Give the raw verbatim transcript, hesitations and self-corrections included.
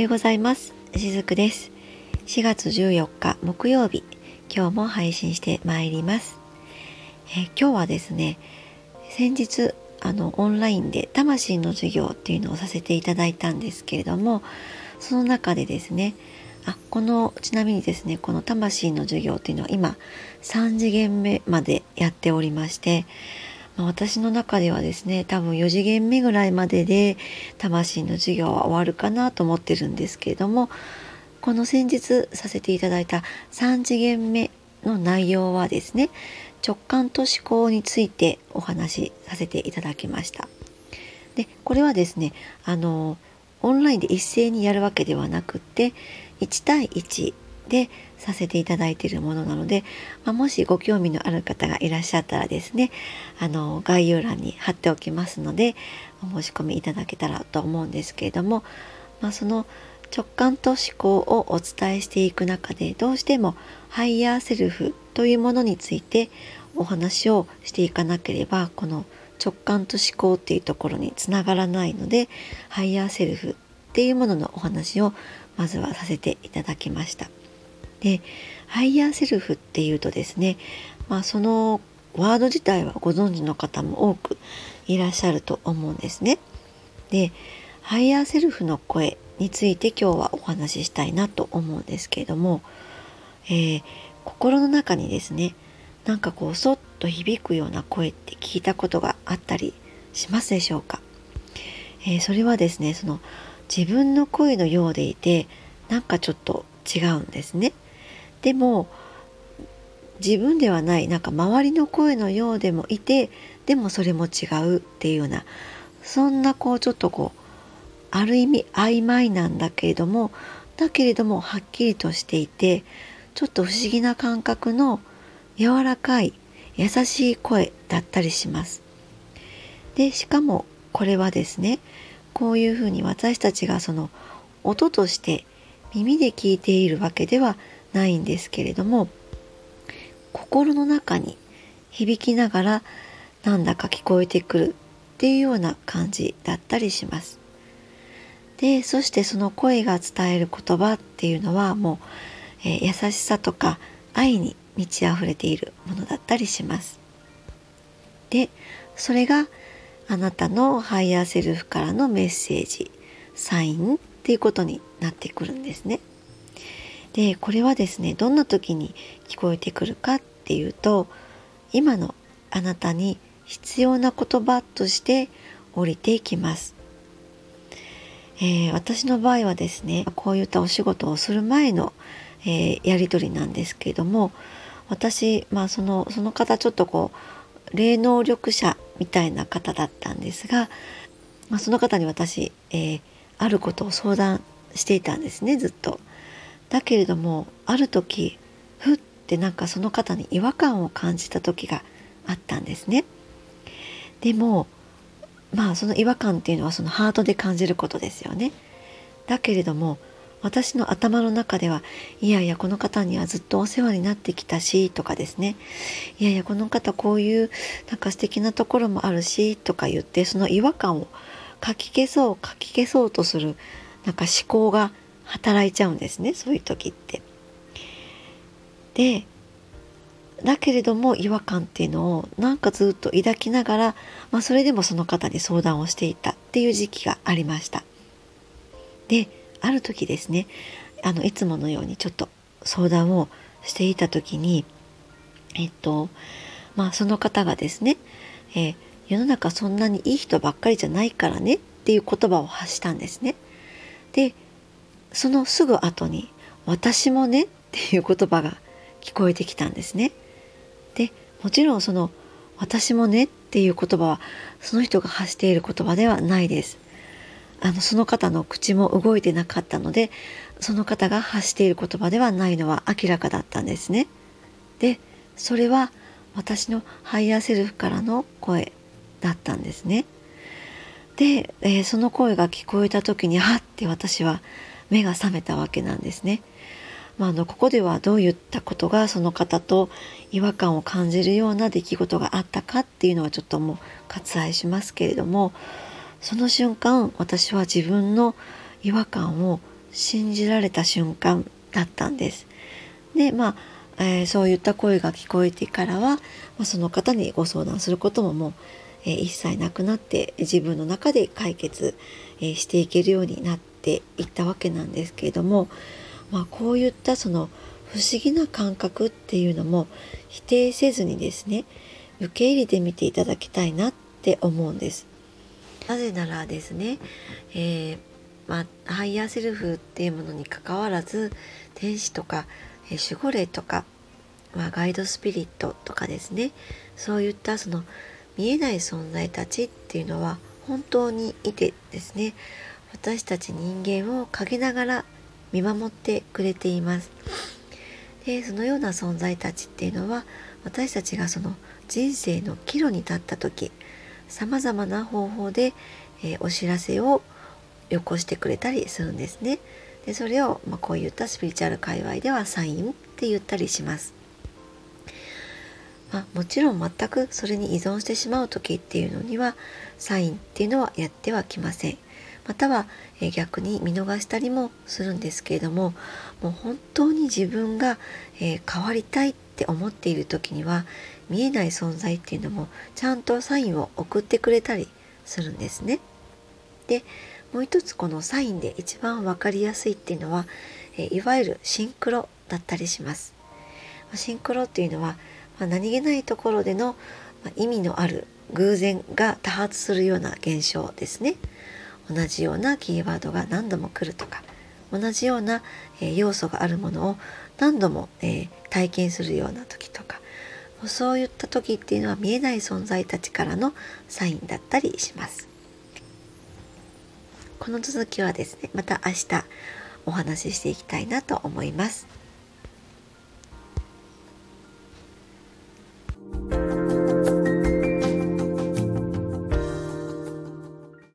ようございます。しずくです。しがつじゅうよっか木曜日、今日も配信してまいります。えー今日はですね、先日あのオンラインで魂の授業っていうのをさせていただいたんですけれども、その中でですね、あこのちなみにですね、この魂の授業っていうのは今さん次元目までやっておりまして、まあ私の中ではですね、多分よ次元目ぐらいまでで魂の授業は終わるかなと思ってるんですけれども、この先日させていただいたさん次元目の内容はですね、直感と思考についてお話しさせていただきました。で、これはですね、あのオンラインで一斉にやるわけではなくっていち対いちでさせていただいているものなので、まあ、もしご興味のある方がいらっしゃったらですね、あの概要欄に貼っておきますのでお申し込みいただけたらと思うんですけれども、まあ、その直感と思考をお伝えしていく中で、どうしてもハイヤーセルフというものについてお話をしていかなければ、この直感と思考っていうところにつながらないので、ハイヤーセルフっていうもののお話をまずはさせていただきました。で、ハイヤーセルフっていうとですね、まあ、そのワード自体はご存知の方も多くいらっしゃると思うんですね。で、ハイヤーセルフの声について今日はお話ししたいなと思うんですけれども、えー心の中にですね、なんかこうそっと響くような声って聞いたことがあったりしますでしょうか。えーそれはですね、その自分の声のようでいて、なんかちょっと違うんですね。でも自分ではない、なんか周りの声のようでもいて、でもそれも違うっていうような、そんなこうちょっとこうある意味曖昧なんだけれども、だけれどもはっきりとしていて、ちょっと不思議な感覚の柔らかい優しい声だったりします。で、しかもこれはですね、こういうふうに私たちがその音として耳で聞いているわけではないんですけれども、心の中に響きながらなんだか聞こえてくるっていうような感じだったりします。で、そしてその声が伝える言葉っていうのはもう、えー優しさとか愛に満ち溢れているものだったりします。で、それがあなたのハイヤーセルフからのメッセージ、サインっていうことになってくるんですね。で、これはですね、どんな時に聞こえてくるかっていうと、今のあなたに必要な言葉として降りていきます。えー私の場合はですね、こういったお仕事をする前の、えーやり取りなんですけれども、私、まあ、そのその方ちょっとこう霊能力者みたいな方だったんですが、まあ、その方に私、えーあることを相談していたんですね、ずっと。だけれどもある時、ふってなんかその方に違和感を感じた時があったんですね。でもまあその違和感っていうのはそのハートで感じることですよね。だけれども私の頭の中では、いやいやこの方にはずっとお世話になってきたしとかですね、いやいやこの方こういうなんか素敵なところもあるしとか言って、その違和感をかき消そうかき消そうとするなんか思考が働いちゃうんですね、そういう時って。で、だけれども違和感っていうのをなんかずっと抱きながら、まあ、それでもその方に相談をしていたっていう時期がありました。で、ある時ですね、あのいつものようにちょっと相談をしていた時に、えっとまあその方がですね、えー世の中そんなにいい人ばっかりじゃないからねっていう言葉を発したんですね。で、そのすぐ後に私もねっていう言葉が聞こえてきたんですね。で、もちろんその私もねっていう言葉はその人が発している言葉ではないです。あのその方の口も動いてなかったので、その方が発している言葉ではないのは明らかだったんですね。で、それは私のハイヤーセルフからの声だったんですね。で、えーその声が聞こえた時にはって私は目が覚めたわけなんですね。まあ、あのここではどういったことがその方と違和感を感じるような出来事があったかっていうのはちょっともう割愛しますけれども、その瞬間私は自分の違和感を信じられた瞬間だったんです。でまあ、えー、そういった声が聞こえてからは、まあ、その方にご相談することももう、えー、一切なくなって、自分の中で解決、えー、していけるようになっていったわけなんですけれども、まあ、こういったその不思議な感覚っていうのも否定せずにですね、受け入れてみていただきたいなって思うんです。なぜならですね、えーまあ、ハイヤーセルフっていうものに関わらず、天使とか、えー守護霊とか、まあ、ガイドスピリットとかですね、そういったその見えない存在たちっていうのは本当にいてですね、私たち人間を陰ながら見守ってくれています。でそのような存在たちっていうのは、私たちがその人生の岐路に立った時、さまざまな方法で、えーお知らせをよこしてくれたりするんですね。でそれを、まあ、こういったスピリチュアル界隈ではサインって言ったりします。まあ、もちろん全くそれに依存してしまう時っていうのにはサインっていうのはやってはきません。または、えー逆に見逃したりもするんですけれども、もう本当に自分が、えー変わりたいって思っている時には、見えない存在っていうのもちゃんとサインを送ってくれたりするんですね。でもう一つ、このサインで一番わかりやすいっていうのは、えーいわゆるシンクロだったりします。シンクロっていうのは、まあ、何気ないところでの、まあ、意味のある偶然が多発するような現象ですね。同じようなキーワードが何度も来るとか、同じような、えー要素があるものを何度も、えー体験するような時とか、そういった時っていうのは見えない存在たちからのサインだったりします。この続きはですね、また明日お話ししていきたいなと思います。